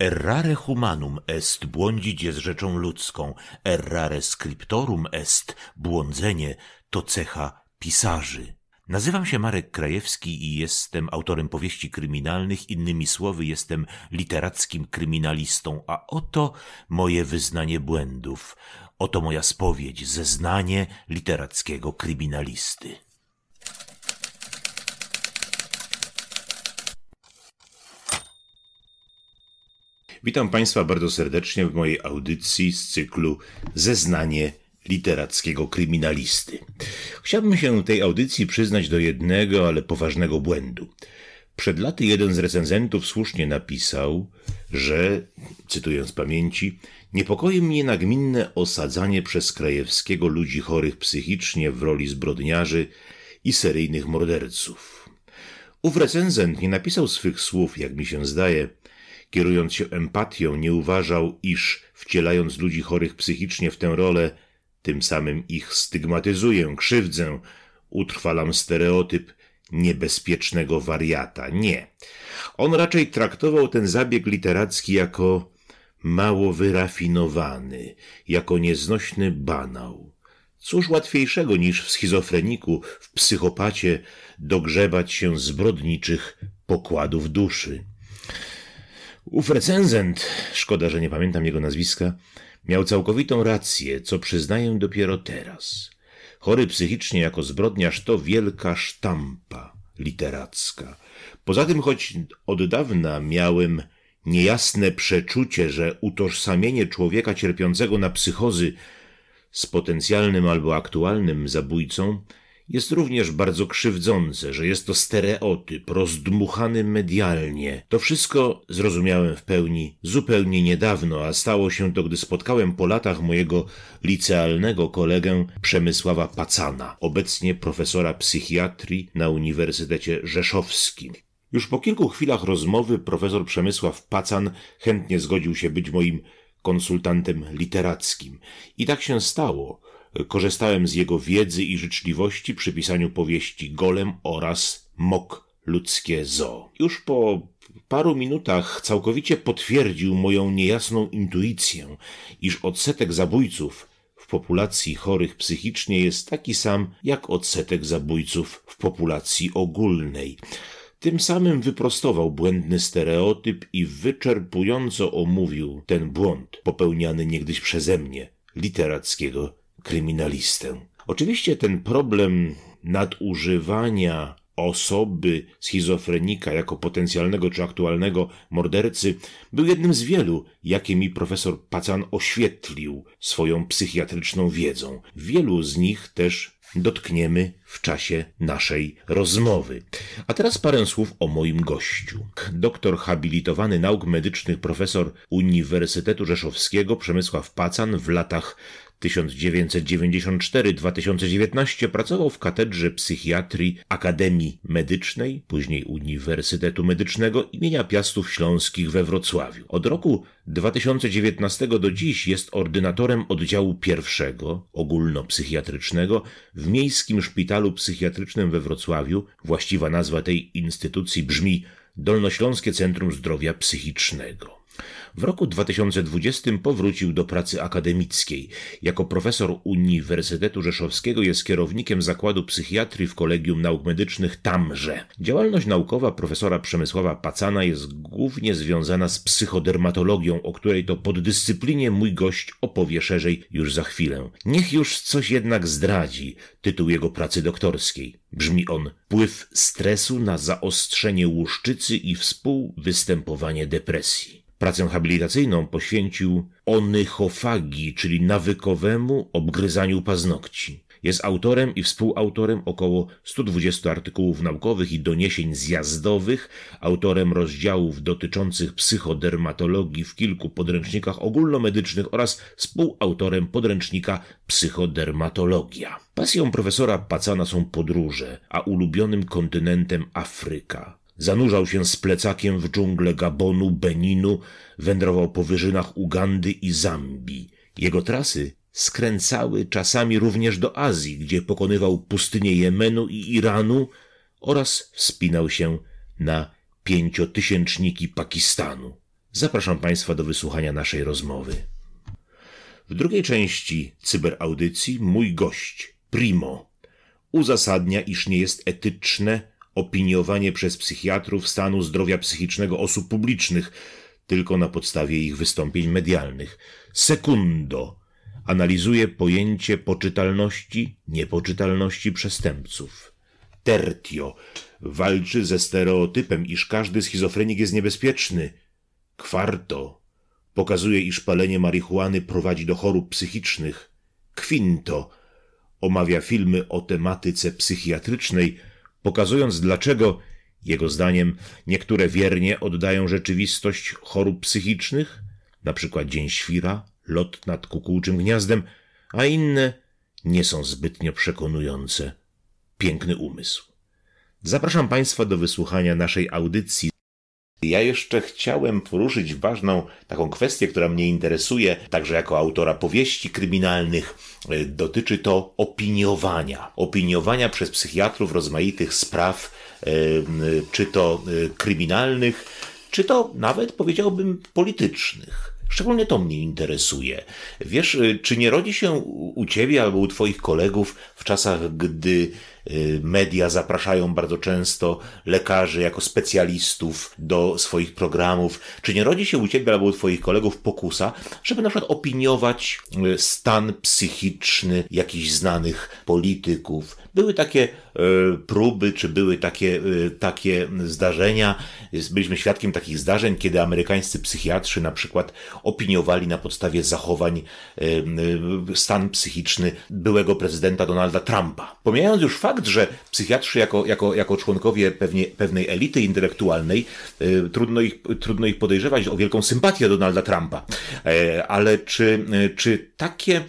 Errare humanum est, błądzić jest rzeczą ludzką, errare scriptorum est, błądzenie to cecha pisarzy. Nazywam się Marek Krajewski i jestem autorem powieści kryminalnych, innymi słowy jestem literackim kryminalistą, a oto moje wyznanie błędów, oto moja spowiedź, zeznanie literackiego kryminalisty. Witam Państwa bardzo serdecznie w mojej audycji z cyklu Zeznanie literackiego kryminalisty. Chciałbym się w tej audycji przyznać do jednego, ale poważnego błędu. Przed laty jeden z recenzentów słusznie napisał, że, cytuję z pamięci, niepokoi mnie nagminne osadzanie przez Krajewskiego ludzi chorych psychicznie w roli zbrodniarzy i seryjnych morderców. Ów recenzent nie napisał swych słów, jak mi się zdaje. Kierując się empatią, nie uważał, iż wcielając ludzi chorych psychicznie w tę rolę, tym samym ich stygmatyzuję, krzywdzę, utrwalam stereotyp niebezpiecznego wariata. Nie. On raczej traktował ten zabieg literacki jako mało wyrafinowany, jako nieznośny banał. Cóż łatwiejszego niż w schizofreniku, w psychopacie dogrzebać się zbrodniczych pokładów duszy. Ów recenzent, szkoda, że nie pamiętam jego nazwiska, miał całkowitą rację, co przyznaję dopiero teraz. Chory psychicznie jako zbrodniarz to wielka sztampa literacka. Poza tym, choć od dawna miałem niejasne przeczucie, że utożsamienie człowieka cierpiącego na psychozy z potencjalnym albo aktualnym zabójcą jest również bardzo krzywdzące, że jest to stereotyp rozdmuchany medialnie. To wszystko zrozumiałem w pełni zupełnie niedawno, a stało się to, gdy spotkałem po latach mojego licealnego kolegę Przemysława Pacana, obecnie profesora psychiatrii na Uniwersytecie Rzeszowskim. Już po kilku chwilach rozmowy profesor Przemysław Pacan chętnie zgodził się być moim konsultantem literackim. I tak się stało. Korzystałem z jego wiedzy i życzliwości przy pisaniu powieści Golem oraz Mok ludzkie zoo. Już po paru minutach całkowicie potwierdził moją niejasną intuicję, iż odsetek zabójców w populacji chorych psychicznie jest taki sam jak odsetek zabójców w populacji ogólnej. Tym samym wyprostował błędny stereotyp i wyczerpująco omówił ten błąd popełniany niegdyś przeze mnie, literackiego kryminalistę. Oczywiście ten problem nadużywania osoby schizofrenika jako potencjalnego czy aktualnego mordercy był jednym z wielu, jakie mi profesor Pacan oświetlił swoją psychiatryczną wiedzą. Wielu z nich też dotkniemy w czasie naszej rozmowy. A teraz parę słów o moim gościu. Doktor habilitowany nauk medycznych, profesor Uniwersytetu Rzeszowskiego Przemysław Pacan w latach 1994-2019 pracował w katedrze psychiatrii Akademii Medycznej, później Uniwersytetu Medycznego imienia Piastów Śląskich we Wrocławiu. Od roku 2019 do dziś jest ordynatorem oddziału pierwszego, ogólnopsychiatrycznego, w Miejskim Szpitalu Psychiatrycznym we Wrocławiu. Właściwa nazwa tej instytucji brzmi Dolnośląskie Centrum Zdrowia Psychicznego. W roku 2020 powrócił do pracy akademickiej. Jako profesor Uniwersytetu Rzeszowskiego jest kierownikiem Zakładu Psychiatrii w Kolegium Nauk Medycznych tamże. Działalność naukowa profesora Przemysława Pacana jest głównie związana z psychodermatologią, o której to poddyscyplinie mój gość opowie szerzej już za chwilę. Niech już coś jednak zdradzi tytuł jego pracy doktorskiej. Brzmi on: Wpływ stresu na zaostrzenie łuszczycy i współwystępowanie depresji. Pracę habilitacyjną poświęcił onychofagii, czyli nawykowemu obgryzaniu paznokci. Jest autorem i współautorem około 120 artykułów naukowych i doniesień zjazdowych, autorem rozdziałów dotyczących psychodermatologii w kilku podręcznikach ogólnomedycznych oraz współautorem podręcznika Psychodermatologia. Pasją profesora Pacana są podróże, a ulubionym kontynentem Afryka. Zanurzał się z plecakiem w dżunglę Gabonu, Beninu, wędrował po wyżynach Ugandy i Zambii. Jego trasy skręcały czasami również do Azji, gdzie pokonywał pustynię Jemenu i Iranu oraz wspinał się na 5-tysięczniki Pakistanu. Zapraszam Państwa do wysłuchania naszej rozmowy. W drugiej części cyberaudycji mój gość, Primo, uzasadnia, iż nie jest etyczne opiniowanie przez psychiatrów stanu zdrowia psychicznego osób publicznych, tylko na podstawie ich wystąpień medialnych. Secundo analizuje pojęcie poczytalności, niepoczytalności przestępców. Tertio walczy ze stereotypem, iż każdy schizofrenik jest niebezpieczny. Quarto pokazuje, iż palenie marihuany prowadzi do chorób psychicznych. Quinto omawia filmy o tematyce psychiatrycznej, pokazując, dlaczego, jego zdaniem, niektóre wiernie oddają rzeczywistość chorób psychicznych, na przykład Dzień Świra, Lot nad kukułczym gniazdem, a inne nie są zbytnio przekonujące. Piękny umysł. Zapraszam Państwa do wysłuchania naszej audycji. Ja jeszcze chciałem poruszyć ważną taką kwestię, która mnie interesuje, także jako autora powieści kryminalnych. Dotyczy to opiniowania. Opiniowania przez psychiatrów rozmaitych spraw, czy to kryminalnych, czy to nawet, powiedziałbym, politycznych. Szczególnie to mnie interesuje. Wiesz, czy nie rodzi się u ciebie albo u twoich kolegów w czasach, gdy media zapraszają bardzo często lekarzy jako specjalistów do swoich programów, czy nie rodzi się u ciebie albo u twoich kolegów pokusa, żeby na przykład opiniować stan psychiczny jakichś znanych polityków? Były takie próby, czy były takie zdarzenia. Byliśmy świadkiem takich zdarzeń, kiedy amerykańscy psychiatrzy na przykład opiniowali na podstawie zachowań stan psychiczny byłego prezydenta Donalda Trumpa. Pomijając już fakt, że psychiatrzy jako członkowie pewnej elity intelektualnej, trudno ich podejrzewać o wielką sympatię do Donalda Trumpa. Ale czy takie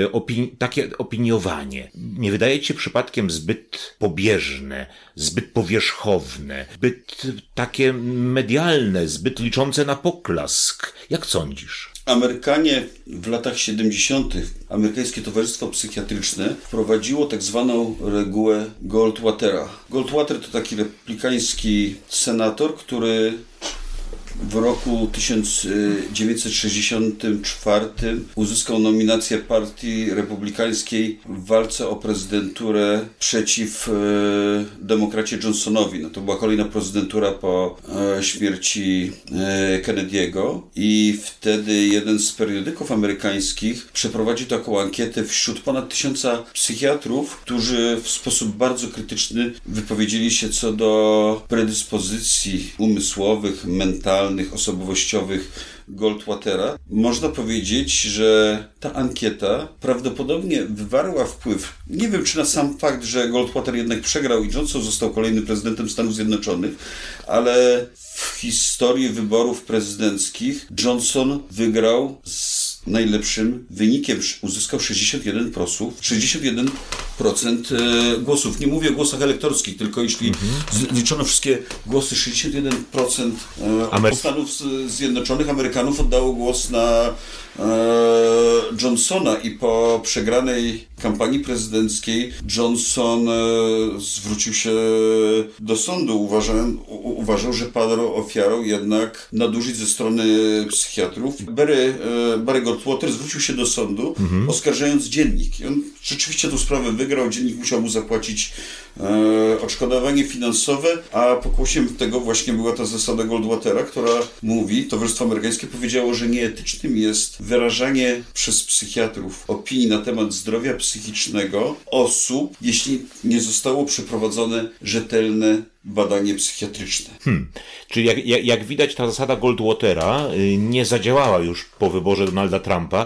opiniowanie nie wydaje ci się przypadkiem zbyt pobieżne, zbyt powierzchowne, zbyt takie medialne, zbyt liczące na poklask? Jak sądzisz? Amerykanie w latach 70. Amerykańskie Towarzystwo Psychiatryczne wprowadziło tak zwaną regułę Goldwatera. Goldwater to taki republikański senator, który w roku 1964 uzyskał nominację partii republikańskiej w walce o prezydenturę przeciw demokracie Johnsonowi. No to była kolejna prezydentura po śmierci Kennedy'ego i wtedy jeden z periodyków amerykańskich przeprowadził taką ankietę wśród ponad 1000 psychiatrów, którzy w sposób bardzo krytyczny wypowiedzieli się co do predyspozycji umysłowych, mentalnych, osobowościowych Goldwatera. Można powiedzieć, że ta ankieta prawdopodobnie wywarła wpływ, nie wiem czy na sam fakt, że Goldwater jednak przegrał i Johnson został kolejnym prezydentem Stanów Zjednoczonych, ale w historii wyborów prezydenckich Johnson wygrał z najlepszym wynikiem. Uzyskał 61% głosów. Nie mówię o głosach elektorskich, tylko jeśli zliczono wszystkie głosy, 61% Stanów Zjednoczonych Amerykanów oddało głos na Johnsona i po przegranej kampanii prezydenckiej Johnson zwrócił się do sądu. Uważał, że padł ofiarą jednak nadużyć ze strony psychiatrów. Barry Goldwater zwrócił się do sądu, oskarżając dziennik. I on rzeczywiście tę sprawę wygrał. Dziennik musiał mu zapłacić odszkodowanie finansowe, a pokłosiem tego właśnie była ta zasada Goldwatera, która mówi, Towarzystwo Amerykańskie powiedziało, że nieetycznym jest wyrażanie przez psychiatrów opinii na temat zdrowia psychicznego osób, jeśli nie zostało przeprowadzone rzetelne badanie psychiatryczne. Czyli jak widać, ta zasada Goldwatera nie zadziałała już po wyborze Donalda Trumpa,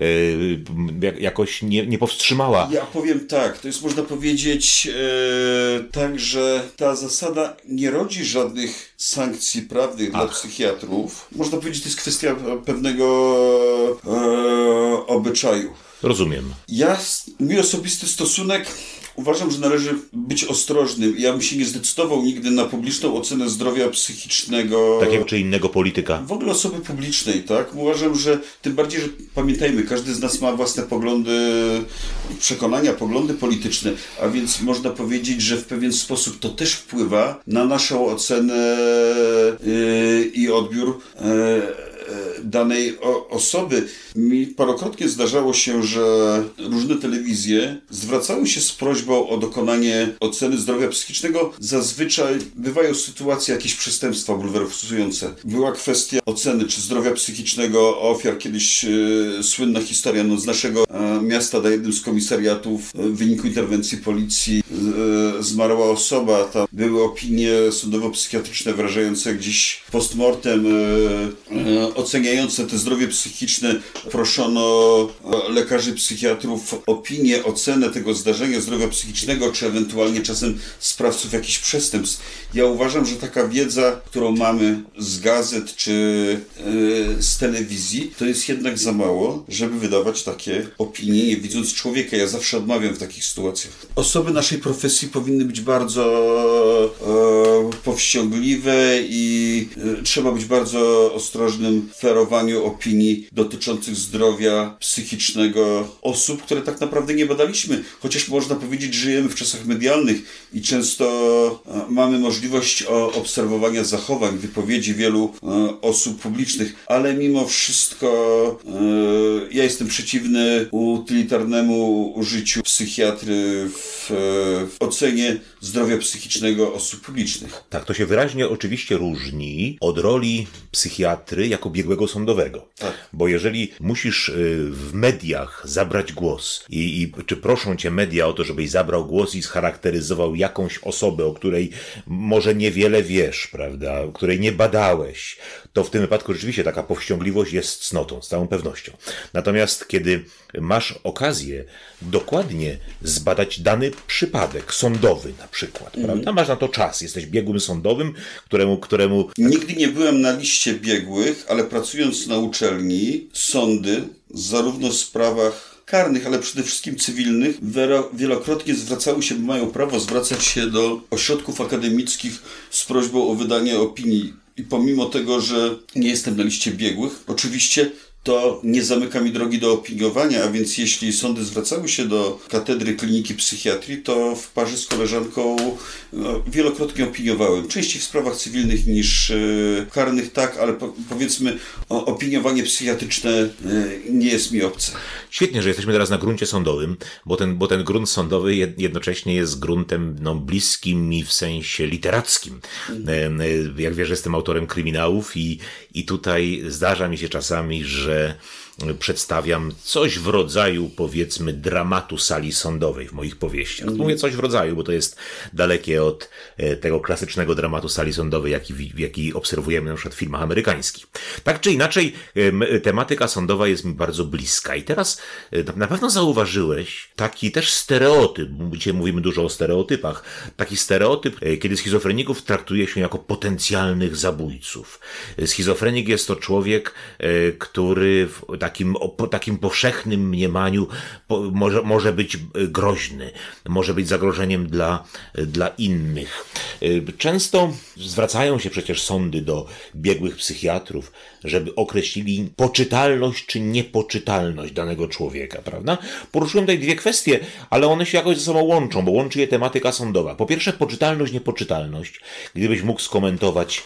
jakoś nie powstrzymała. Ja powiem tak, to jest, można powiedzieć, tak, że ta zasada nie rodzi żadnych sankcji prawnych dla psychiatrów. Można powiedzieć, to jest kwestia pewnego obyczaju. Rozumiem. Mój osobisty stosunek uważam, że należy być ostrożnym. Ja bym się nie zdecydował nigdy na publiczną ocenę zdrowia psychicznego. Takiego czy innego polityka. W ogóle osoby publicznej, tak? Uważam, że tym bardziej, że pamiętajmy, każdy z nas ma własne poglądy, przekonania, poglądy polityczne, a więc można powiedzieć, że w pewien sposób to też wpływa na naszą ocenę i odbiór danej osoby. Mi parokrotnie zdarzało się, że różne telewizje zwracały się z prośbą o dokonanie oceny zdrowia psychicznego. Zazwyczaj bywają sytuacje, jakieś przestępstwa bulwersujące. Była kwestia oceny czy zdrowia psychicznego ofiar. Kiedyś słynna historia z naszego miasta, na jednym z komisariatów w wyniku interwencji policji zmarła osoba. Tam były opinie sądowo-psychiatryczne wyrażające gdzieś postmortem oceniające te zdrowie psychiczne. Proszono lekarzy, psychiatrów opinię, ocenę tego zdarzenia zdrowia psychicznego, czy ewentualnie czasem sprawców jakichś przestępstw. Ja uważam, że taka wiedza, którą mamy z gazet czy z telewizji, to jest jednak za mało, żeby wydawać takie opinie, nie widząc człowieka. Ja zawsze odmawiam w takich sytuacjach. Osoby naszej profesji powinny być bardzo powściągliwe i trzeba być bardzo ostrożnym w ferowaniu opinii dotyczących zdrowia psychicznego osób, które tak naprawdę nie badaliśmy. Chociaż można powiedzieć, że żyjemy w czasach medialnych i często mamy możliwość obserwowania zachowań, wypowiedzi wielu osób publicznych, ale mimo wszystko ja jestem przeciwny utylitarnemu użyciu psychiatry w ocenie zdrowia psychicznego osób publicznych. Tak, to się wyraźnie oczywiście różni od roli psychiatry jako biegłego sądowego. Tak. Bo jeżeli musisz w mediach zabrać głos czy proszą cię media o to, żebyś zabrał głos i scharakteryzował jakąś osobę, o której może niewiele wiesz, prawda, której nie badałeś, to w tym wypadku rzeczywiście taka powściągliwość jest cnotą, z całą pewnością. Natomiast kiedy masz okazję dokładnie zbadać dany przypadek sądowy na przykład, prawda? Masz na to czas, jesteś biegłym sądowym, któremu... Nigdy nie byłem na liście biegłych, ale pracując na uczelni, sądy, zarówno w sprawach karnych, ale przede wszystkim cywilnych, wielokrotnie zwracały się, mają prawo zwracać się do ośrodków akademickich z prośbą o wydanie opinii. I pomimo tego, że nie jestem na liście biegłych, oczywiście to nie zamyka mi drogi do opiniowania, a więc jeśli sądy zwracały się do Katedry Kliniki Psychiatrii, to w parze z koleżanką wielokrotnie opiniowałem. Częściej w sprawach cywilnych niż karnych, tak, ale powiedzmy opiniowanie psychiatryczne nie jest mi obce. Świetnie, że jesteśmy teraz na gruncie sądowym, bo ten grunt sądowy jednocześnie jest gruntem bliskim mi w sensie literackim. Jak wiesz, jestem autorem kryminałów i tutaj zdarza mi się czasami, że przedstawiam coś w rodzaju, powiedzmy, dramatu sali sądowej w moich powieściach. Mówię coś w rodzaju, bo to jest dalekie od tego klasycznego dramatu sali sądowej, jaki obserwujemy na przykład w filmach amerykańskich. Tak czy inaczej, tematyka sądowa jest mi bardzo bliska. I teraz na pewno zauważyłeś taki też stereotyp, dzisiaj mówimy dużo o stereotypach, taki stereotyp, kiedy schizofreników traktuje się jako potencjalnych zabójców. Schizofrenik jest to człowiek, który w takim powszechnym mniemaniu może być groźny, może być zagrożeniem dla innych. Często zwracają się przecież sądy do biegłych psychiatrów, żeby określili poczytalność czy niepoczytalność danego człowieka, prawda? Poruszyłem tutaj dwie kwestie, ale one się jakoś ze sobą łączą, bo łączy je tematyka sądowa. Po pierwsze poczytalność, niepoczytalność. Gdybyś mógł skomentować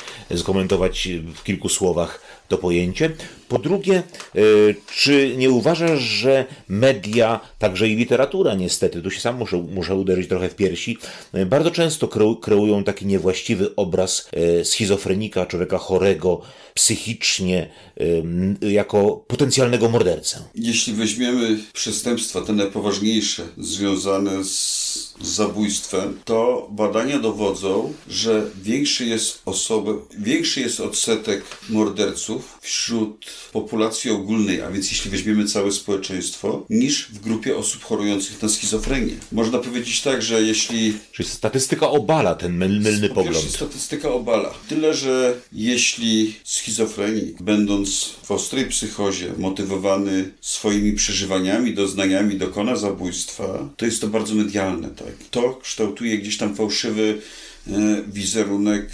w kilku słowach to pojęcie. Po drugie, czy nie uważasz, że media, także i literatura niestety, tu się sam muszę uderzyć trochę w piersi, bardzo często kreują taki niewłaściwy obraz schizofrenika, człowieka chorego psychicznie, jako potencjalnego mordercę? Jeśli weźmiemy przestępstwa, te najpoważniejsze, związane z zabójstwem, to badania dowodzą, że większy jest odsetek morderców przypadków wśród populacji ogólnej, a więc jeśli weźmiemy całe społeczeństwo, niż w grupie osób chorujących na schizofrenię. Można powiedzieć tak, że jeśli... Czyli statystyka obala ten mylny po pogląd. pierwsze, statystyka obala. Tyle, że jeśli schizofrenik, będąc w ostrej psychozie, motywowany swoimi przeżywaniami, doznaniami, dokona zabójstwa, to jest to bardzo medialne. Tak? To kształtuje gdzieś tam fałszywy wizerunek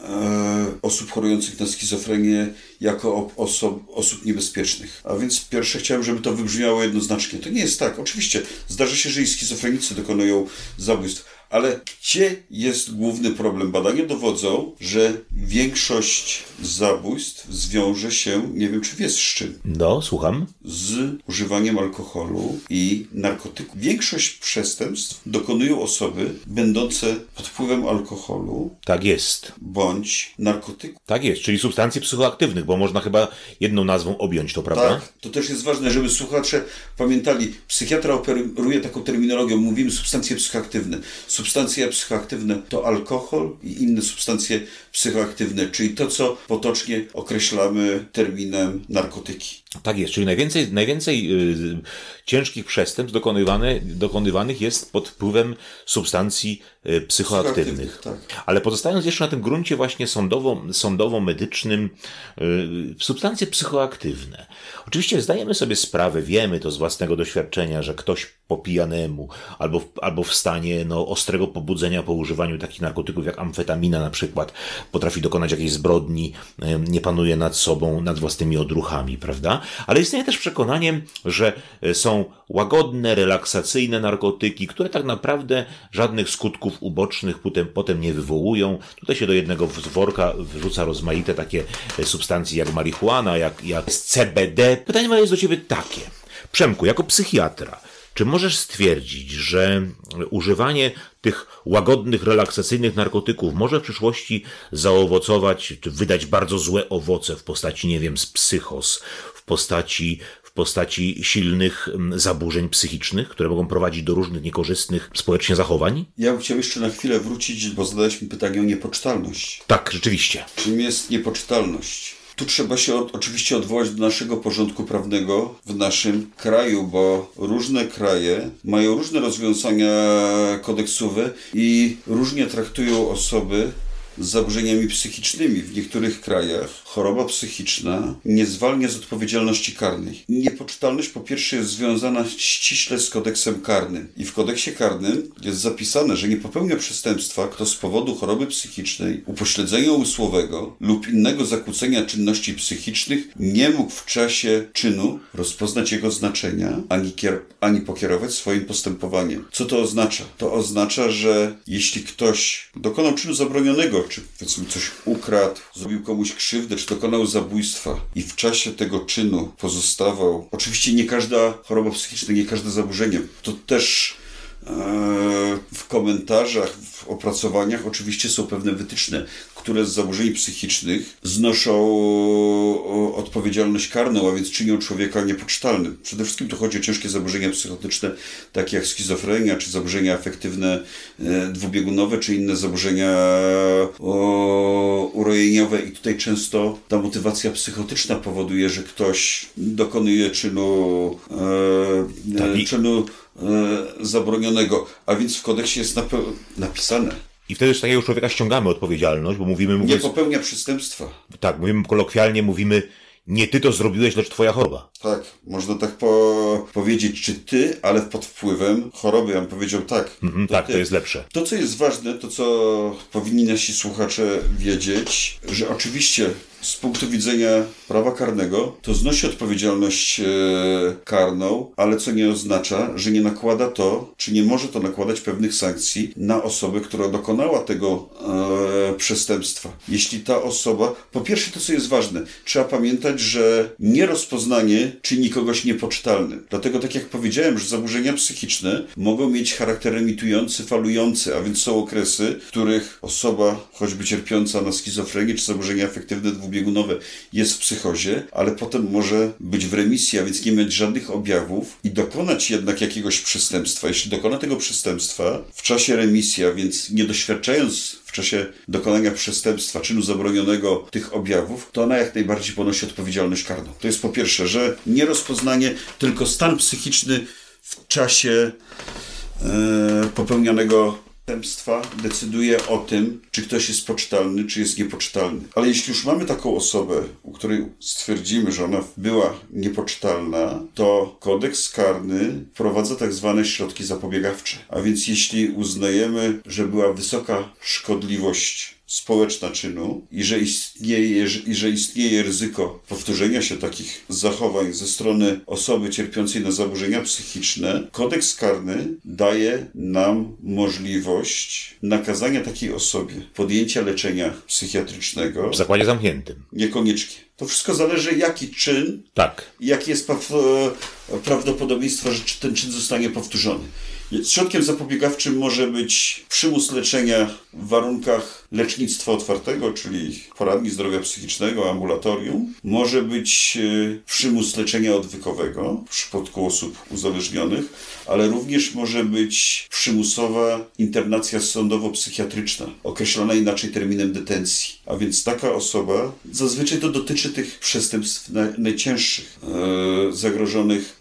osób chorujących na schizofrenię jako osób niebezpiecznych. A więc pierwsze chciałem, żeby to wybrzmiało jednoznacznie. To nie jest tak. Oczywiście zdarza się, że i schizofrenicy dokonują zabójstw, ale gdzie jest główny problem? Badania dowodzą, że większość zabójstw zwiąże się, nie wiem czy wiesz z czym. No, słucham. Z używaniem alkoholu i narkotyków. Większość przestępstw dokonują osoby będące pod wpływem alkoholu. Tak jest. Bądź narkotyków. Tak jest, czyli substancji psychoaktywnych, bo można chyba jedną nazwą objąć to, prawda? Tak, to też jest ważne, żeby słuchacze pamiętali. Psychiatra operuje taką terminologią, mówimy substancje psychoaktywne. Substancje psychoaktywne to alkohol i inne substancje psychoaktywne, czyli to, co potocznie określamy terminem narkotyki. Tak jest, czyli najwięcej ciężkich przestępstw dokonywanych jest pod wpływem substancji psychoaktywnych. Tak. Ale pozostając jeszcze na tym gruncie właśnie sądowo-medycznym, substancje psychoaktywne. Oczywiście zdajemy sobie sprawę, wiemy to z własnego doświadczenia, że ktoś po pijanemu albo w stanie ostrego pobudzenia po używaniu takich narkotyków jak amfetamina na przykład potrafi dokonać jakiejś zbrodni, nie panuje nad sobą, nad własnymi odruchami, prawda? Ale istnieje też przekonanie, że są łagodne, relaksacyjne narkotyki, które tak naprawdę żadnych skutków ubocznych potem nie wywołują. Tutaj się do jednego worka wrzuca rozmaite takie substancje jak marihuana, jak CBD. Pytanie moje jest do ciebie takie. Przemku, jako psychiatra, czy możesz stwierdzić, że używanie tych łagodnych, relaksacyjnych narkotyków może w przyszłości zaowocować, czy wydać bardzo złe owoce w postaci, nie wiem, psychos, w postaci silnych zaburzeń psychicznych, które mogą prowadzić do różnych niekorzystnych społecznie zachowań? Ja bym chciał jeszcze na chwilę wrócić, bo zadałeś mi pytanie o niepoczytalność. Tak, rzeczywiście. Czym jest niepoczytalność? Tu trzeba się oczywiście odwołać do naszego porządku prawnego w naszym kraju, bo różne kraje mają różne rozwiązania kodeksowe i różnie traktują osoby z zaburzeniami psychicznymi. W niektórych krajach choroba psychiczna nie zwalnia z odpowiedzialności karnej. Niepoczytalność po pierwsze jest związana ściśle z kodeksem karnym. I w kodeksie karnym jest zapisane, że nie popełnia przestępstwa, kto z powodu choroby psychicznej, upośledzenia umysłowego lub innego zakłócenia czynności psychicznych nie mógł w czasie czynu rozpoznać jego znaczenia, ani pokierować swoim postępowaniem. Co to oznacza? To oznacza, że jeśli ktoś dokonał czynu zabronionego, czy powiedzmy coś ukradł, zrobił komuś krzywdę, czy dokonał zabójstwa i w czasie tego czynu pozostawał... Oczywiście nie każda choroba psychiczna, nie każde zaburzenie. To też w komentarzach, w opracowaniach oczywiście są pewne wytyczne, które z zaburzeń psychicznych znoszą odpowiedzialność karną, a więc czynią człowieka niepoczytalnym. Przede wszystkim to chodzi o ciężkie zaburzenia psychotyczne, takie jak schizofrenia, czy zaburzenia afektywne dwubiegunowe, czy inne zaburzenia urojeniowe i tutaj często ta motywacja psychotyczna powoduje, że ktoś dokonuje czynu zabronionego, a więc w kodeksie jest napisane. I wtedy z takiego człowieka ściągamy odpowiedzialność, bo mówimy... Nie popełnia przestępstwa. Tak, kolokwialnie mówimy, nie ty to zrobiłeś, lecz twoja choroba. Tak, można tak powiedzieć, czy ty, ale pod wpływem choroby. Ja bym powiedział tak. Tak, to jest lepsze. To, co jest ważne, to co powinni nasi słuchacze wiedzieć, że oczywiście z punktu widzenia prawa karnego to znosi odpowiedzialność karną, ale co nie oznacza, że nie nakłada to, czy nie może to nakładać pewnych sankcji na osobę, która dokonała tego przestępstwa. Jeśli ta osoba... Po pierwsze, to co jest ważne, trzeba pamiętać, że nierozpoznanie czyni kogoś niepoczytalnym. Dlatego, tak jak powiedziałem, że zaburzenia psychiczne mogą mieć charakter emitujący, falujący, a więc są okresy, w których osoba, choćby cierpiąca na schizofrenię czy zaburzenia afektywne dwubiegunowe, jest w psychozie, ale potem może być w remisji, a więc nie mieć żadnych objawów i dokonać jednak jakiegoś przestępstwa. Jeśli dokona tego przestępstwa w czasie remisji, a więc nie doświadczając w czasie dokonania przestępstwa, czynu zabronionego tych objawów, to ona jak najbardziej ponosi odpowiedzialność karną. To jest po pierwsze, że nie rozpoznanie, tylko stan psychiczny w czasie popełnianego przestępstwa decyduje o tym, czy ktoś jest poczytalny, czy jest niepoczytalny. Ale jeśli już mamy taką osobę, u której stwierdzimy, że ona była niepoczytalna, to kodeks karny wprowadza tak zwane środki zapobiegawcze. A więc jeśli uznajemy, że była wysoka szkodliwość społeczna czynu i że istnieje ryzyko powtórzenia się takich zachowań ze strony osoby cierpiącej na zaburzenia psychiczne, kodeks karny daje nam możliwość nakazania takiej osobie podjęcia leczenia psychiatrycznego. W zakładzie zamkniętym. Niekoniecznie. To wszystko zależy, jaki czyn, jakie jest prawdopodobieństwo, że ten czyn zostanie powtórzony. Środkiem zapobiegawczym może być przymus leczenia w warunkach lecznictwa otwartego, czyli poradni zdrowia psychicznego, ambulatorium. Może być przymus leczenia odwykowego w przypadku osób uzależnionych, ale również może być przymusowa internacja sądowo-psychiatryczna, określona inaczej terminem detencji. A więc taka osoba, zazwyczaj to dotyczy tych przestępstw najcięższych, zagrożonych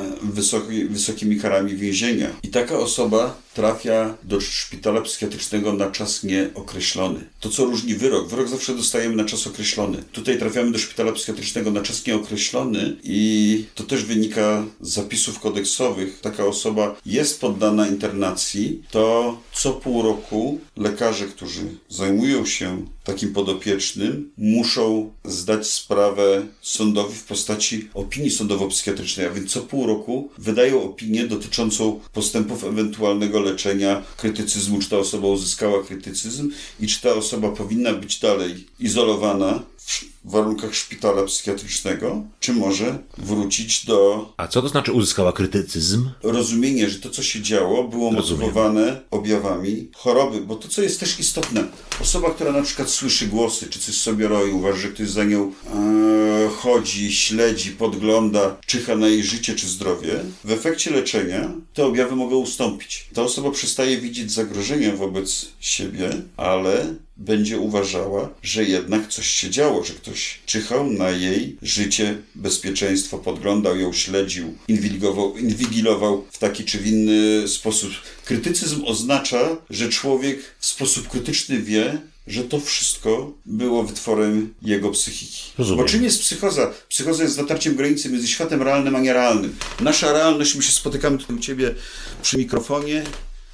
wysokimi karami więzienia. I taka osoba trafia do szpitala psychiatrycznego na czas nieokreślony. To, co różni wyrok. Wyrok zawsze dostajemy na czas określony. Tutaj trafiamy do szpitala psychiatrycznego na czas nieokreślony i to też wynika z zapisów kodeksowych. Taka osoba jest poddana internacji, to co pół roku lekarze, którzy zajmują się takim podopiecznym, muszą zdać sprawę sądowi w postaci opinii sądowo-psychiatrycznej, a więc co pół roku wydają opinię dotyczącą postępów ewentualnego leczenia krytycyzmu, czy ta osoba uzyskała krytycyzm i czy ta osoba powinna być dalej izolowana w warunkach szpitala psychiatrycznego, czy może wrócić do... A co to znaczy uzyskała krytycyzm? Rozumienie, że to, co się działo, było motywowane objawami choroby, bo to, co jest też istotne, osoba, która na przykład słyszy głosy, czy coś sobie roi, uważa, że ktoś za nią chodzi, śledzi, podgląda, czyha na jej życie czy zdrowie, w efekcie leczenia te objawy mogą ustąpić. Ta osoba przestaje widzieć zagrożenia wobec siebie, ale będzie uważała, że jednak coś się działo, że ktoś czyhał na jej życie, bezpieczeństwo, podglądał ją, śledził, inwigilował w taki czy w inny sposób. Krytycyzm oznacza, że człowiek w sposób krytyczny wie, że to wszystko było wytworem jego psychiki. Rozumiem. Bo czym jest psychoza? Psychoza jest zatarciem granicy między światem realnym a nierealnym. Nasza realność, my się spotykamy tutaj u ciebie przy mikrofonie,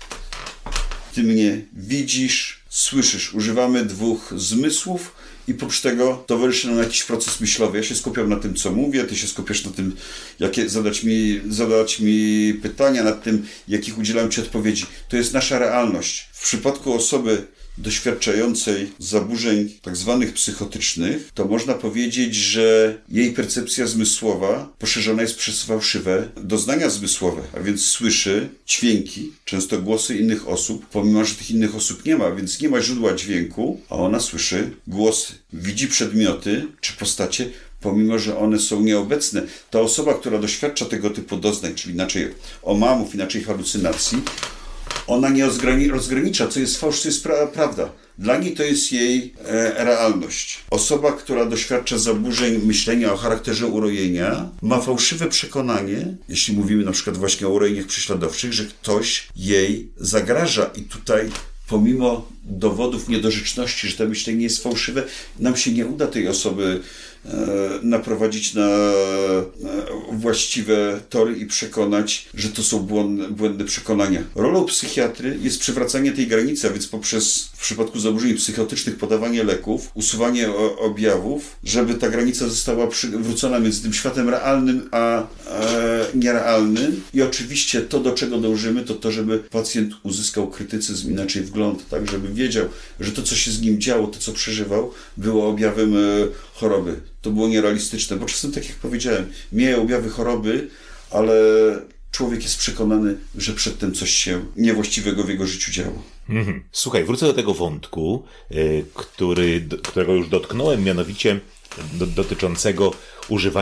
ty mnie widzisz, słyszysz. Używamy dwóch zmysłów i oprócz tego towarzyszy nam jakiś proces myślowy. Ja się skupiam na tym, co mówię, ty się skupiasz na tym, jakie zadać mi pytania, nad tym, jakich udzielam ci odpowiedzi. To jest nasza realność. W przypadku osoby doświadczającej zaburzeń tak zwanych psychotycznych, to można powiedzieć, że jej percepcja zmysłowa poszerzona jest przez fałszywe doznania zmysłowe, a więc słyszy dźwięki, często głosy innych osób, pomimo że tych innych osób nie ma, więc nie ma źródła dźwięku, a ona słyszy głosy, widzi przedmioty czy postacie, pomimo że one są nieobecne. Ta osoba, która doświadcza tego typu doznań, czyli inaczej omamów, inaczej halucynacji, ona nie rozgranicza, co jest fałsz, co jest prawda. Dla niej to jest jej realność. Osoba, która doświadcza zaburzeń myślenia o charakterze urojenia, ma fałszywe przekonanie, jeśli mówimy na przykład właśnie o urojeniach prześladowczych, że ktoś jej zagraża i tutaj pomimo dowodów niedorzeczności, że to myślenie jest fałszywe, nam się nie uda tej osoby naprowadzić na właściwe tory i przekonać, że to są błędne przekonania. Rolą psychiatry jest przywracanie tej granicy, a więc poprzez w przypadku zaburzeń psychotycznych podawanie leków, usuwanie objawów, żeby ta granica została przywrócona między tym światem realnym a nierealnym. I oczywiście to, do czego dążymy, to to, żeby pacjent uzyskał krytycyzm, inaczej wgląd, tak, żeby wiedział, że to, co się z nim działo, to, co przeżywał, było objawem choroby. To było nierealistyczne, bo czasem, tak jak powiedziałem, mijają objawy choroby, ale człowiek jest przekonany, że przedtem coś się niewłaściwego w jego życiu działo. Słuchaj, wrócę do tego wątku, którego już dotknąłem, mianowicie dotyczącego używania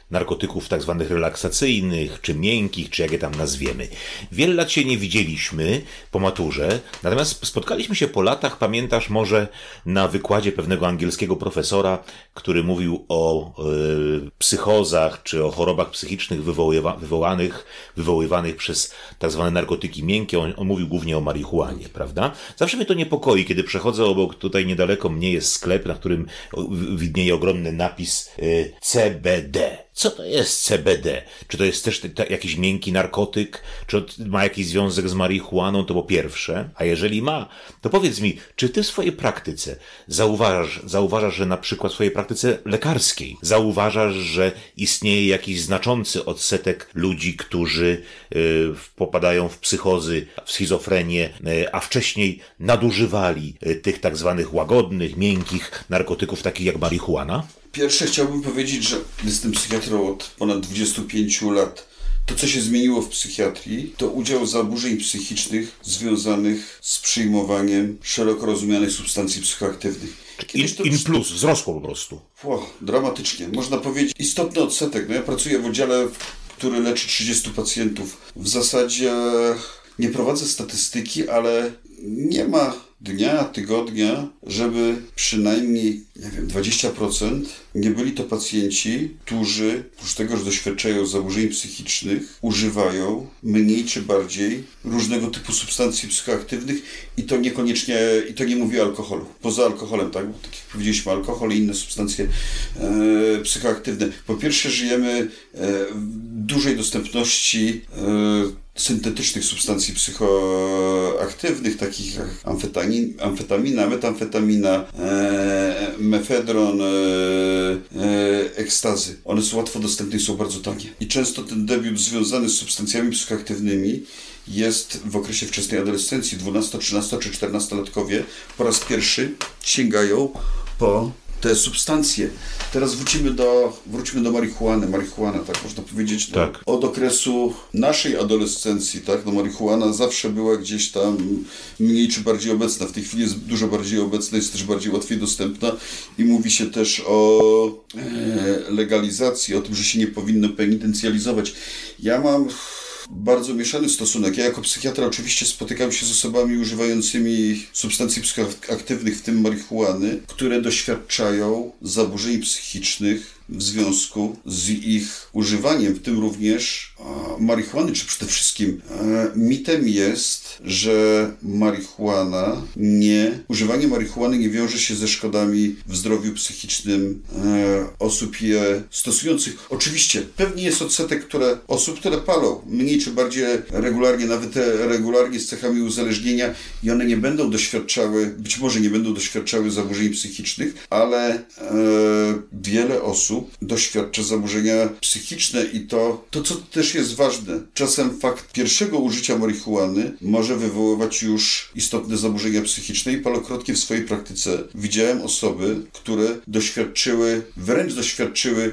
narkotyków tak zwanych relaksacyjnych, czy miękkich, czy jak je tam nazwiemy. Wiele lat się nie widzieliśmy po maturze, natomiast spotkaliśmy się po latach, pamiętasz może, na wykładzie pewnego angielskiego profesora, który mówił o psychozach, czy o chorobach psychicznych wywoływanych przez tak zwane narkotyki miękkie. On mówił głównie o marihuanie, prawda? Zawsze mnie to niepokoi, kiedy przechodzę obok, tutaj niedaleko mnie jest sklep, na którym widnieje ogromny napis CBD. Co to jest CBD? Czy to jest też jakiś miękki narkotyk? Czy ma jakiś związek z marihuaną? To po pierwsze. A jeżeli ma, to powiedz mi, czy ty w swojej praktyce zauważasz, że na przykład w swojej praktyce lekarskiej zauważasz, że istnieje jakiś znaczący odsetek ludzi, którzy popadają w psychozy, w schizofrenię, a wcześniej nadużywali tych tak zwanych łagodnych, miękkich narkotyków, takich jak marihuana? Pierwsze chciałbym powiedzieć, że jestem psychiatrą od ponad 25 lat. To, co się zmieniło w psychiatrii, to udział zaburzeń psychicznych związanych z przyjmowaniem szeroko rozumianych substancji psychoaktywnych. Plus, wzrosło po prostu. Dramatycznie. Można powiedzieć, istotny odsetek. Ja pracuję w oddziale, który leczy 30 pacjentów. W zasadzie nie prowadzę statystyki, ale nie ma dnia, tygodnia, żeby przynajmniej, 20% nie byli to pacjenci, którzy oprócz tego, że doświadczają zaburzeń psychicznych, używają mniej czy bardziej różnego typu substancji psychoaktywnych i to niekoniecznie, i to nie mówię o alkoholu. Poza alkoholem, tak? Bo tak jak powiedzieliśmy, alkohol i inne substancje psychoaktywne. Po pierwsze, żyjemy w dużej dostępności syntetycznych substancji psychoaktywnych, takich jak amfetamina, metamfetamina, mefedron, ekstazy. One są łatwo dostępne i są bardzo tanie. I często ten debiut związany z substancjami psychoaktywnymi jest w okresie wczesnej adolescencji. 12, 13 czy 14-latkowie po raz pierwszy sięgają po te substancje. Teraz wróćmy do marihuany. Marihuana, tak można powiedzieć, tak. Od okresu naszej adolescencji, tak? Marihuana zawsze była gdzieś tam mniej czy bardziej obecna. W tej chwili jest dużo bardziej obecna, jest też bardziej łatwiej dostępna i mówi się też o legalizacji, o tym, że się nie powinno penitencjalizować. Ja mam bardzo mieszany stosunek. Ja jako psychiatra oczywiście spotykam się z osobami używającymi substancji psychoaktywnych, w tym marihuany, które doświadczają zaburzeń psychicznych w związku z ich używaniem, w tym również marihuany, czy przede wszystkim mitem jest, że używanie marihuany nie wiąże się ze szkodami w zdrowiu psychicznym osób je stosujących. Oczywiście, pewnie jest odsetek osób, które palą mniej czy bardziej regularnie, nawet regularnie z cechami uzależnienia i one nie będą doświadczały, być może nie będą doświadczały zaburzeń psychicznych, ale wiele osób doświadcza zaburzenia psychiczne i to, co też jest ważne, czasem fakt pierwszego użycia marihuany może wywoływać już istotne zaburzenia psychiczne i parokrotnie w swojej praktyce widziałem osoby, które wręcz doświadczyły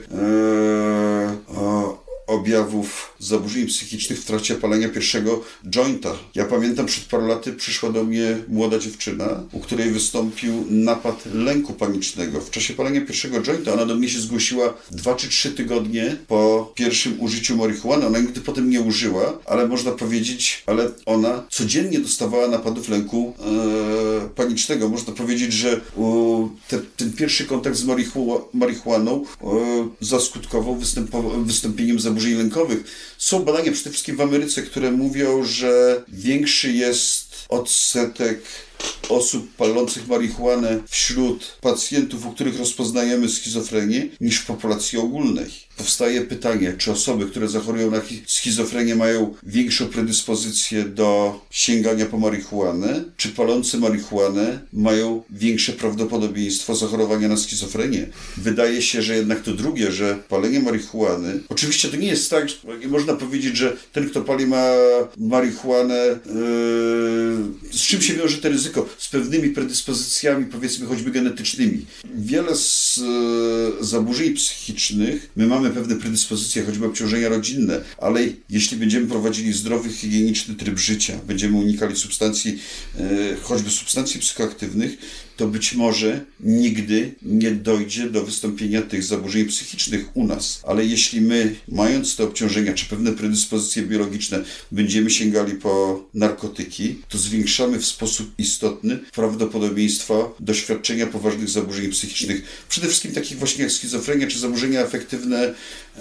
objawów zaburzeń psychicznych w trakcie palenia pierwszego jointa. Ja pamiętam, przed paru laty przyszła do mnie młoda dziewczyna, u której wystąpił napad lęku panicznego. W czasie palenia pierwszego jointa ona do mnie się zgłosiła 2 czy 3 tygodnie po pierwszym użyciu marihuany. Ona nigdy potem nie użyła, ale można powiedzieć, ona codziennie dostawała napadów lęku panicznego. Można powiedzieć, że ten pierwszy kontakt z marihuaną zaskutkował wystąpieniem zaburzeń lękowych. Są badania przede wszystkim w Ameryce, które mówią, że większy jest odsetek osób palących marihuanę wśród pacjentów, u których rozpoznajemy schizofrenię, niż w populacji ogólnej. Powstaje pytanie, czy osoby, które zachorują na schizofrenię, mają większą predyspozycję do sięgania po marihuanę, czy palący marihuanę mają większe prawdopodobieństwo zachorowania na schizofrenię. Wydaje się, że jednak to drugie, że palenie marihuany, oczywiście to nie jest tak, że nie można powiedzieć, że ten, kto pali marihuanę, z czym się wiąże to ryzyko? Z pewnymi predyspozycjami, powiedzmy choćby genetycznymi. Wiele z zaburzeń psychicznych, my mamy pewne predyspozycje, choćby obciążenia rodzinne, ale jeśli będziemy prowadzili zdrowy, higieniczny tryb życia, będziemy unikali choćby substancji psychoaktywnych, to być może nigdy nie dojdzie do wystąpienia tych zaburzeń psychicznych u nas. Ale jeśli my, mając te obciążenia czy pewne predyspozycje biologiczne, będziemy sięgali po narkotyki, to zwiększamy w sposób istotny prawdopodobieństwo doświadczenia poważnych zaburzeń psychicznych. Przede wszystkim takich właśnie jak schizofrenia czy zaburzenia afektywne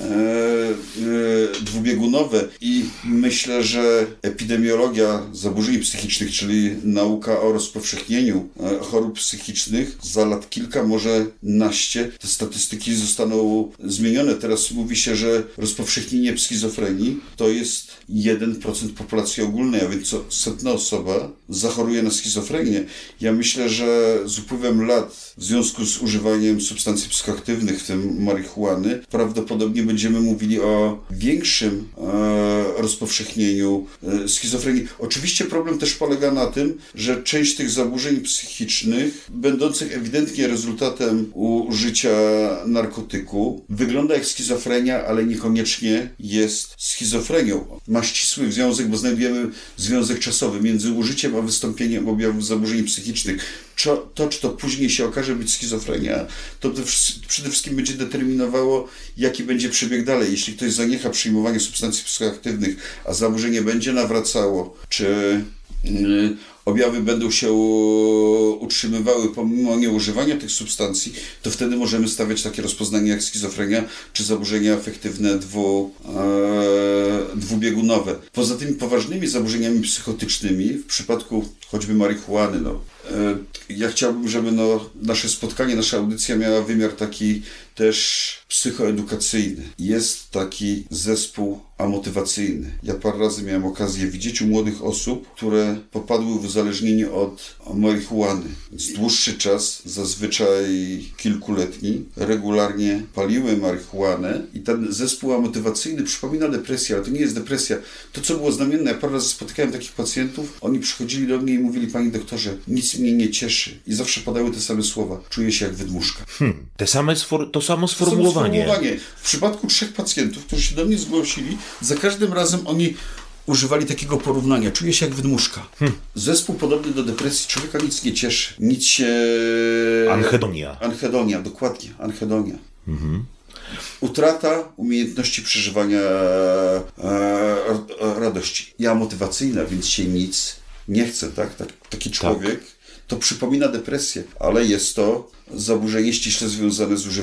dwubiegunowe. I myślę, że epidemiologia zaburzeń psychicznych, czyli nauka o rozpowszechnieniu chorób psychicznych, za lat kilka, może naście, te statystyki zostaną zmienione. Teraz mówi się, że rozpowszechnienie schizofrenii to jest 1% populacji ogólnej, a więc co 100 osoba zachoruje na schizofrenię. Ja myślę, że z upływem lat w związku z używaniem substancji psychoaktywnych, w tym marihuany, prawdopodobnie będziemy mówili o większym rozpowszechnieniu schizofrenii. Oczywiście problem też polega na tym, że część tych zaburzeń psychicznych, będących ewidentnie rezultatem użycia narkotyku, wygląda jak schizofrenia, ale niekoniecznie jest schizofrenią. Ma ścisły związek, bo znajdujemy związek czasowy między użyciem a wystąpieniem objawów zaburzeń psychicznych. Czy to później się okaże być schizofrenia, to przede wszystkim będzie determinowało, jaki będzie przebieg dalej. Jeśli ktoś zaniecha przyjmowania substancji psychoaktywnych, a zaburzenie będzie nawracało, czy objawy będą się utrzymywały pomimo nieużywania tych substancji, to wtedy możemy stawiać takie rozpoznanie jak schizofrenia czy zaburzenia afektywne dwubiegunowe. Poza tymi poważnymi zaburzeniami psychotycznymi, w przypadku choćby marihuany, ja chciałbym, żeby nasze spotkanie, nasza audycja miała wymiar taki też psychoedukacyjny. Jest taki zespół amotywacyjny. Ja parę razy miałem okazję widzieć u młodych osób, które popadły w uzależnienie od marihuany. Więc dłuższy czas, zazwyczaj kilkuletni, regularnie paliły marihuanę i ten zespół amotywacyjny przypomina depresję, ale to nie jest depresja. To, co było znamienne, ja parę razy spotykałem takich pacjentów, oni przychodzili do mnie i mówili: panie doktorze, nic mnie nie cieszy. I zawsze padały te same słowa. Czuję się jak wydmuszka. To samo sformułowanie. W przypadku 3 pacjentów, którzy się do mnie zgłosili, za każdym razem oni używali takiego porównania. Czuję się jak wydmuszka. Zespół podobny do depresji. Człowieka nic nie cieszy. Nic się... Anhedonia, dokładnie. Anhedonia. Utrata umiejętności przeżywania radości. Ja motywacyjna, więc się nic nie chce, tak? Taki człowiek to przypomina depresję, ale jest to zaburzenie ściśle związane z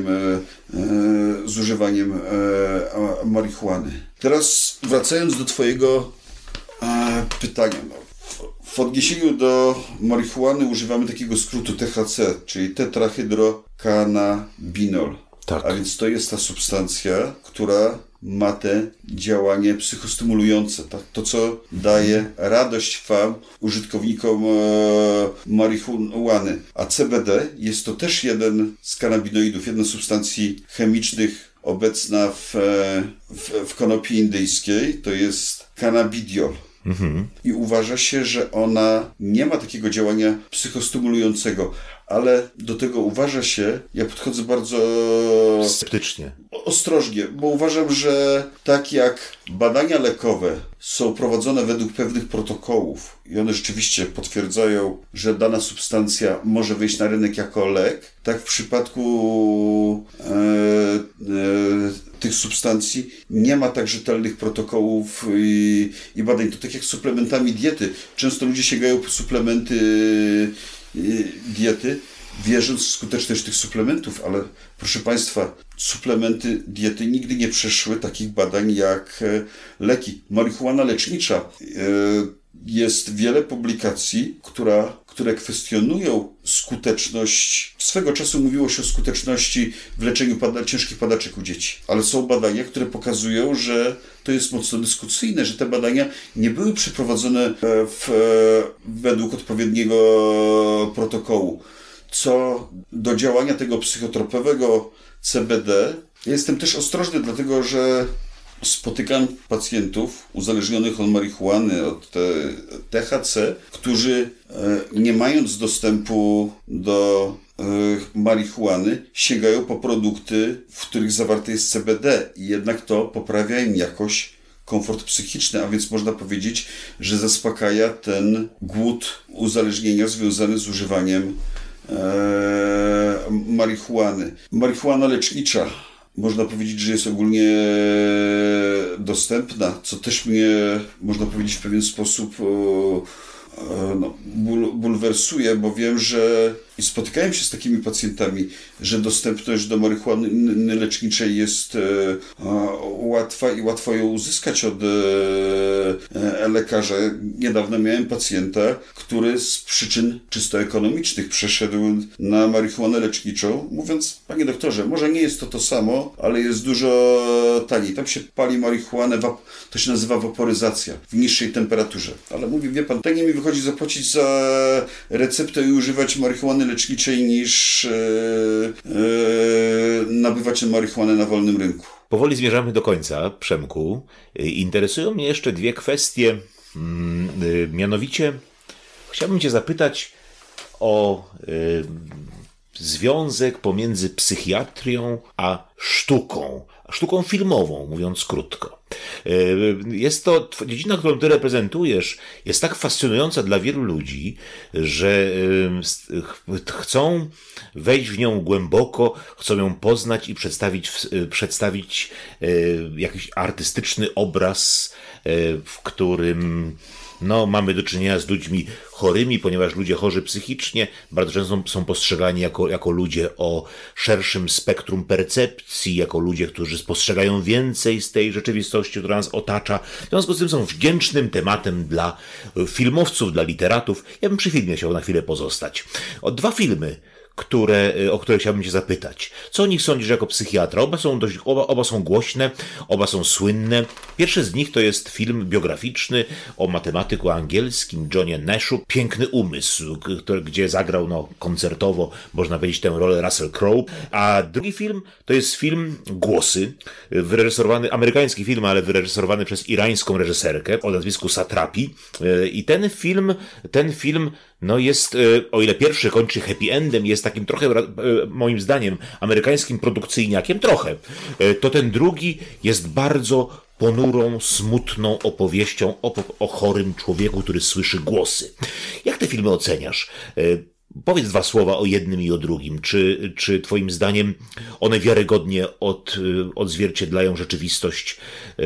używaniem marihuany. Teraz wracając do twojego pytania. W odniesieniu do marihuany używamy takiego skrótu THC, czyli tetrahydrocannabinol. Tak. A więc to jest ta substancja, która ma te działanie psychostymulujące. Tak? To, co daje radość użytkownikom marihuany. A CBD jest to też jeden z kanabinoidów, jedna z substancji chemicznych obecna w konopi indyjskiej. To jest cannabidiol. I uważa się, że ona nie ma takiego działania psychostymulującego, ale do tego uważa się, ja podchodzę bardzo sceptycznie, ostrożnie, bo uważam, że tak jak badania lekowe są prowadzone według pewnych protokołów i one rzeczywiście potwierdzają, że dana substancja może wyjść na rynek jako lek, tak w przypadku tych substancji nie ma tak rzetelnych protokołów i badań. To tak jak z suplementami diety. Często ludzie sięgają po suplementy diety, wierząc w skuteczność tych suplementów, ale proszę Państwa, suplementy diety nigdy nie przeszły takich badań jak leki. Marihuana lecznicza. Jest wiele publikacji, które kwestionują skuteczność. Swego czasu mówiło się o skuteczności w leczeniu ciężkich padaczek u dzieci. Ale są badania, które pokazują, że to jest mocno dyskusyjne, że te badania nie były przeprowadzone według odpowiedniego protokołu. Co do działania tego psychotropowego CBD, ja jestem też ostrożny, dlatego że spotykam pacjentów uzależnionych od marihuany, od THC, którzy nie mając dostępu do marihuany sięgają po produkty, w których zawarte jest CBD i jednak to poprawia im jakoś komfort psychiczny, a więc można powiedzieć, że zaspokaja ten głód uzależnienia związany z używaniem marihuany. Marihuana lecznicza. Można powiedzieć, że jest ogólnie dostępna, co też mnie, można powiedzieć, w pewien sposób bulwersuje, bo wiem, że i spotykałem się z takimi pacjentami, że dostępność do marihuany leczniczej jest łatwa i łatwo ją uzyskać od lekarza. Niedawno miałem pacjenta, który z przyczyn czysto ekonomicznych przeszedł na marihuanę leczniczą, mówiąc: panie doktorze, może nie jest to samo, ale jest dużo taniej. Tam się pali marihuanę, to się nazywa waporyzacja, w niższej temperaturze. Ale mówi: wie pan, taniej mi wychodzi zapłacić za receptę i używać marihuany leczniczej niż nabywać marihuanę na wolnym rynku. Powoli zmierzamy do końca, Przemku. Interesują mnie jeszcze dwie kwestie. Mianowicie chciałbym cię zapytać o związek pomiędzy psychiatrią a sztuką filmową, mówiąc krótko. Jest to dziedzina, którą ty reprezentujesz, jest tak fascynująca dla wielu ludzi, że chcą wejść w nią głęboko, chcą ją poznać i przedstawić jakiś artystyczny obraz, w którym mamy do czynienia z ludźmi chorymi, ponieważ ludzie chorzy psychicznie bardzo często są postrzegani jako ludzie o szerszym spektrum percepcji, jako ludzie, którzy spostrzegają więcej z tej rzeczywistości, która nas otacza. W związku z tym są wdzięcznym tematem dla filmowców, dla literatów. Ja bym przy filmie chciał na chwilę pozostać. Dwa filmy, o które chciałbym cię zapytać. Co o nich sądzisz jako psychiatra? Oba są głośne, oba są słynne. Pierwszy z nich to jest film biograficzny o matematyku angielskim Johnie Nashu, Piękny umysł, gdzie zagrał koncertowo, można powiedzieć, tę rolę Russell Crowe. A drugi film to jest film Głosy, amerykański film, ale wyreżyserowany przez irańską reżyserkę o nazwisku Satrapi. I ten film jest, o ile pierwszy kończy happy endem, jest takim trochę, moim zdaniem, amerykańskim produkcyjniakiem, to ten drugi jest bardzo ponurą, smutną opowieścią o chorym człowieku, który słyszy głosy. Jak te filmy oceniasz? Powiedz dwa słowa o jednym i o drugim. Czy twoim zdaniem one wiarygodnie odzwierciedlają rzeczywistość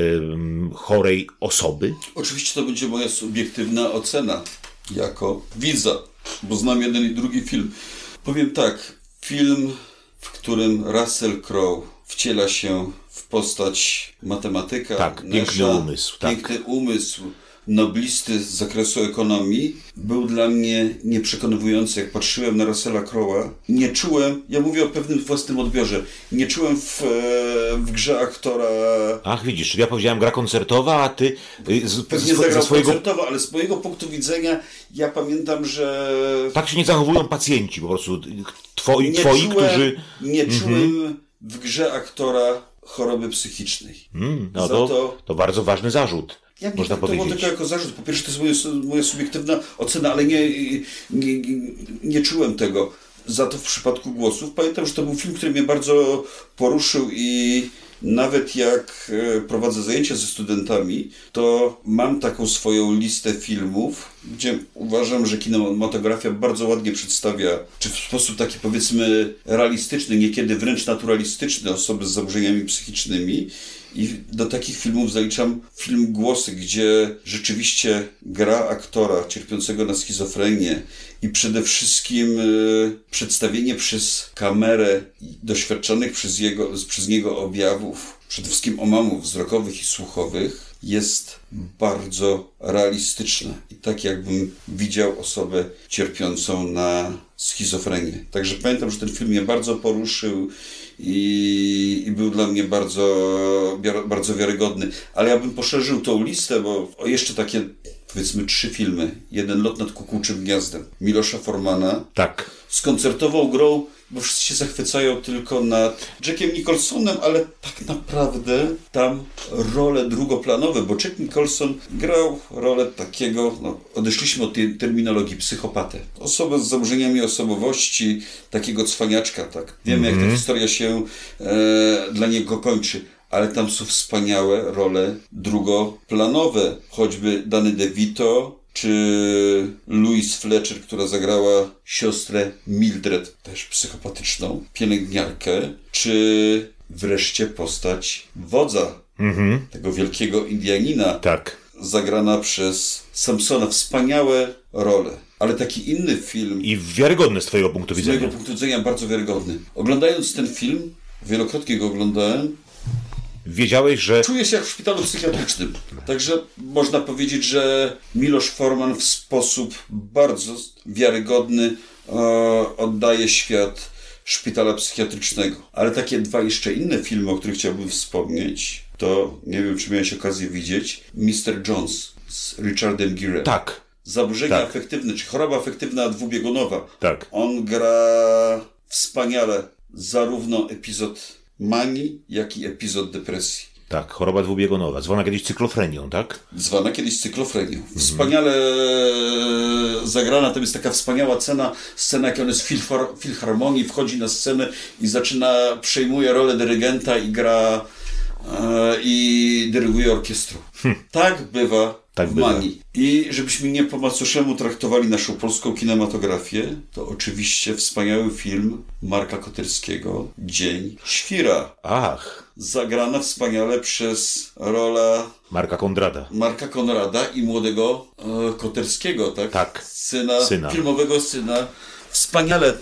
chorej osoby? Oczywiście to będzie moja subiektywna ocena jako widza, bo znam jeden i drugi film. Powiem tak, film, w którym Russell Crowe wciela się w postać matematyka, tak, piękny umysł, piękny umysł noblisty z zakresu ekonomii, był dla mnie nieprzekonywujący. Jak patrzyłem na Russella Crowe'a, nie czułem, ja mówię o pewnym własnym odbiorze, nie czułem w grze aktora... Ach, widzisz, ja powiedziałem gra koncertowa, a ty pewnie zagrał koncertowo, ale z mojego punktu widzenia ja pamiętam, że... Tak się nie zachowują pacjenci po prostu, którzy... Nie czułem w grze aktora choroby psychicznej. To bardzo ważny zarzut. Ja można powiedzieć. To było tylko jako zarzut. Po pierwsze, to jest moja subiektywna ocena, ale nie czułem tego. Za to w przypadku Głosów pamiętam, że to był film, który mnie bardzo poruszył i nawet jak prowadzę zajęcia ze studentami, to mam taką swoją listę filmów, gdzie uważam, że kinematografia bardzo ładnie przedstawia, czy w sposób taki, powiedzmy, realistyczny, niekiedy wręcz naturalistyczny, osoby z zaburzeniami psychicznymi. I do takich filmów zaliczam film Głosy, gdzie rzeczywiście gra aktora cierpiącego na schizofrenię i przede wszystkim przedstawienie przez kamerę doświadczonych przez niego objawów, przede wszystkim omamów wzrokowych i słuchowych, jest bardzo realistyczne. I tak jakbym widział osobę cierpiącą na schizofrenię. Także pamiętam, że ten film mnie bardzo poruszył i był dla mnie bardzo, bardzo wiarygodny. Ale ja bym poszerzył tą listę, bo jeszcze takie, powiedzmy, 3 filmy. Jeden Lot nad kukułczym gniazdem Milosza Formana. Tak. Z koncertową grą, bo wszyscy się zachwycają tylko nad Jackiem Nicholsonem, ale tak naprawdę tam role drugoplanowe, bo Jack Nicholson grał rolę takiego, odeszliśmy od tej terminologii, psychopatę. Osobę z zaburzeniami osobowości, takiego cwaniaczka, tak. Wiemy, jak ta historia się dla niego kończy. Ale tam są wspaniałe role drugoplanowe, choćby Danny DeVito, czy Louise Fletcher, która zagrała siostrę Mildred, też psychopatyczną, pielęgniarkę, czy wreszcie postać wodza, tego wielkiego Indianina, Tak. zagrana przez Samsona. Wspaniałe role. Ale taki inny film, I wiarygodny z twojego punktu z widzenia. mojego punktu widzenia bardzo wiarygodny. Oglądając ten film, wielokrotnie go oglądałem, Wiedziałeś, że... czuję się jak w szpitalu psychiatrycznym. Także można powiedzieć, że Miloš Forman w sposób bardzo wiarygodny oddaje świat szpitala psychiatrycznego. Ale takie dwa jeszcze inne filmy, o których chciałbym wspomnieć, to nie wiem, czy miałeś okazję widzieć, Mr. Jones z Richardem Gere. Tak. Zaburzenia Tak. afektywne, czy choroba afektywna dwubiegunowa. Tak. On gra wspaniale zarówno epizod manii, jak i epizod depresji. Tak, choroba dwubiegunowa, zwana kiedyś cyklofrenią, tak? Zwana kiedyś cyklofrenią. Wspaniale zagrana, tam jest taka wspaniała scena jak on jest w filharmonii, wchodzi na scenę i przejmuje rolę dyrygenta i gra i dyryguje orkiestrą. Tak bywa Tak w bywa. Manii. I żebyśmy nie po macoszemu traktowali naszą polską kinematografię, to oczywiście wspaniały film Marka Koterskiego, Dzień Świra. Ach, Zagrana wspaniale przez Marka Konrada. Marka Konrada i młodego Koterskiego, tak? Tak. Syna. Filmowego syna. Wspaniale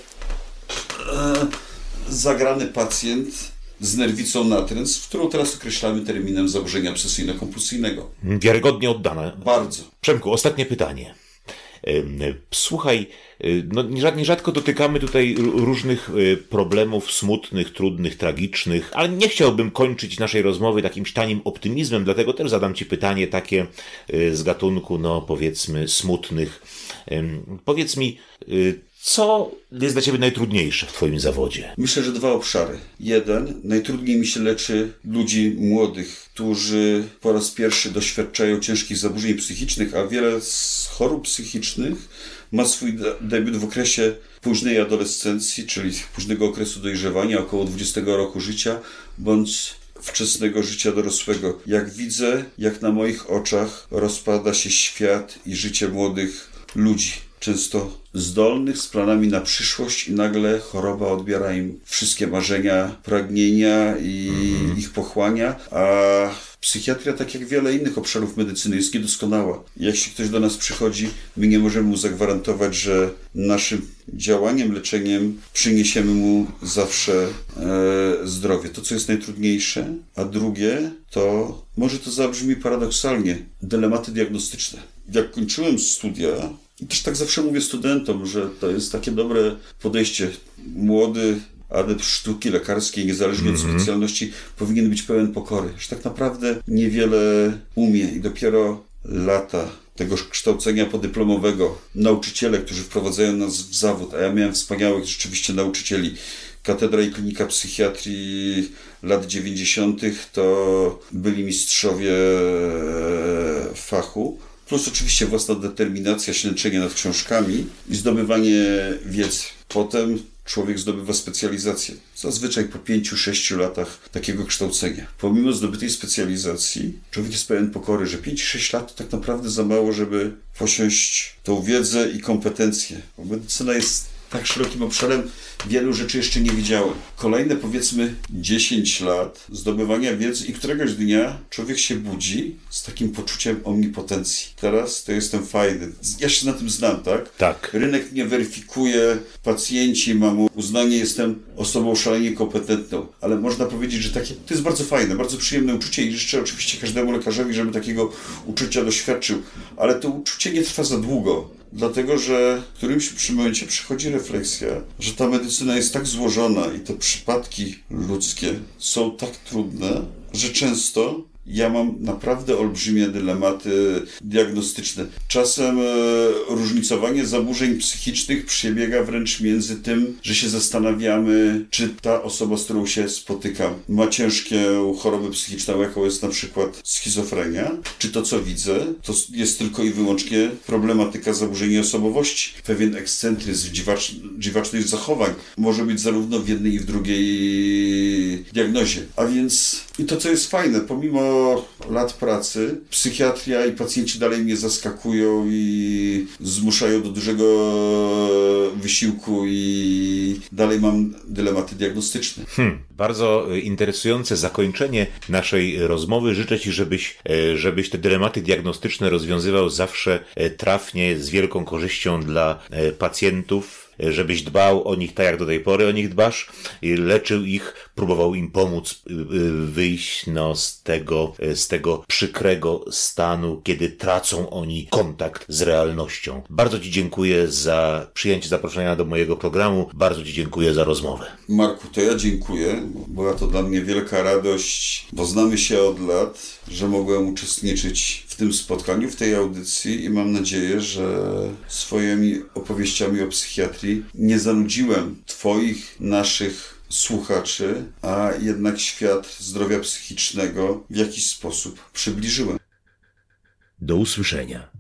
zagrany pacjent z nerwicą natręt, którą teraz określamy terminem zaburzenia obsesyjno-kompulsyjnego. Wiarygodnie oddane. Bardzo. Przemku, ostatnie pytanie. Słuchaj, no nierzadko dotykamy tutaj różnych problemów smutnych, trudnych, tragicznych, ale nie chciałbym kończyć naszej rozmowy takimś tanim optymizmem, dlatego też zadam Ci pytanie takie z gatunku, no powiedzmy, smutnych. Powiedz mi, co jest dla Ciebie najtrudniejsze w Twoim zawodzie? Myślę, że dwa obszary. Jeden, najtrudniej mi się leczy ludzi młodych, którzy po raz pierwszy doświadczają ciężkich zaburzeń psychicznych, a wiele z chorób psychicznych ma swój debiut w okresie późnej adolescencji, czyli późnego okresu dojrzewania, około 20 roku życia, bądź wczesnego życia dorosłego. Jak widzę, jak na moich oczach rozpada się świat i życie młodych ludzi. Często zdolnych, z planami na przyszłość i nagle choroba odbiera im wszystkie marzenia, pragnienia i ich pochłania, a psychiatria, tak jak wiele innych obszarów medycyny, jest niedoskonała. Jeśli ktoś do nas przychodzi, my nie możemy mu zagwarantować, że naszym działaniem, leczeniem przyniesiemy mu zawsze zdrowie. To, co jest najtrudniejsze, a drugie, to może to zabrzmi paradoksalnie, dylematy diagnostyczne. Jak kończyłem studia, i też tak zawsze mówię studentom, że to jest takie dobre podejście. Młody adept sztuki lekarskiej, niezależnie od specjalności, powinien być pełen pokory. Że tak naprawdę niewiele umie i dopiero lata tego kształcenia podyplomowego, nauczyciele, którzy wprowadzają nas w zawód, a ja miałem wspaniałych rzeczywiście nauczycieli. Katedra i Klinika Psychiatrii lat 90. to byli mistrzowie fachu. Plus oczywiście własna determinacja, ślęczenie nad książkami i zdobywanie wiedzy. Potem człowiek zdobywa specjalizację. Zazwyczaj po 5-6 latach takiego kształcenia. Pomimo zdobytej specjalizacji, człowiek jest pełen pokory, że 5-6 lat to tak naprawdę za mało, żeby posiąść tą wiedzę i kompetencje. Bo medycyna jest tak szerokim obszarem, wielu rzeczy jeszcze nie widziałem. Kolejne, powiedzmy, 10 lat zdobywania wiedzy i któregoś dnia człowiek się budzi z takim poczuciem omnipotencji. Teraz to jestem fajny. Ja się na tym znam, tak? Tak. Rynek mnie weryfikuje, pacjenci, mam uznanie, jestem osobą szalenie kompetentną. Ale można powiedzieć, że to jest bardzo fajne, bardzo przyjemne uczucie i życzę oczywiście każdemu lekarzowi, żeby takiego uczucia doświadczył. Ale to uczucie nie trwa za długo. Dlatego, że w którymś momencie przychodzi refleksja, że ta medycyna jest tak złożona i te przypadki ludzkie są tak trudne, że często ja mam naprawdę olbrzymie dylematy diagnostyczne. Czasem różnicowanie zaburzeń psychicznych przebiega wręcz między tym, że się zastanawiamy, czy ta osoba, z którą się spotykam, ma ciężką chorobę psychiczną, jaką jest na przykład schizofrenia, czy to, co widzę, to jest tylko i wyłącznie problematyka zaburzeń osobowości. Pewien ekscentryzm, dziwaczność zachowań może być zarówno w jednej i w drugiej diagnozie. A więc i to, co jest fajne, pomimo lat pracy psychiatria i pacjenci dalej mnie zaskakują i zmuszają do dużego wysiłku i dalej mam dylematy diagnostyczne. Bardzo interesujące zakończenie naszej rozmowy. Życzę Ci, żebyś te dylematy diagnostyczne rozwiązywał zawsze trafnie, z wielką korzyścią dla pacjentów, żebyś dbał o nich tak, jak do tej pory o nich dbasz, leczył ich, próbował im pomóc wyjść z tego przykrego stanu, kiedy tracą oni kontakt z realnością. Bardzo Ci dziękuję za przyjęcie zaproszenia do mojego programu. Bardzo Ci dziękuję za rozmowę. Marku, to ja dziękuję. Była to dla mnie wielka radość, bo znamy się od lat, że mogłem uczestniczyć w tym spotkaniu, w tej audycji i mam nadzieję, że swoimi opowieściami o psychiatrii nie zanudziłem Twoich, naszych słuchaczy, a jednak świat zdrowia psychicznego w jakiś sposób przybliżyłem. Do usłyszenia.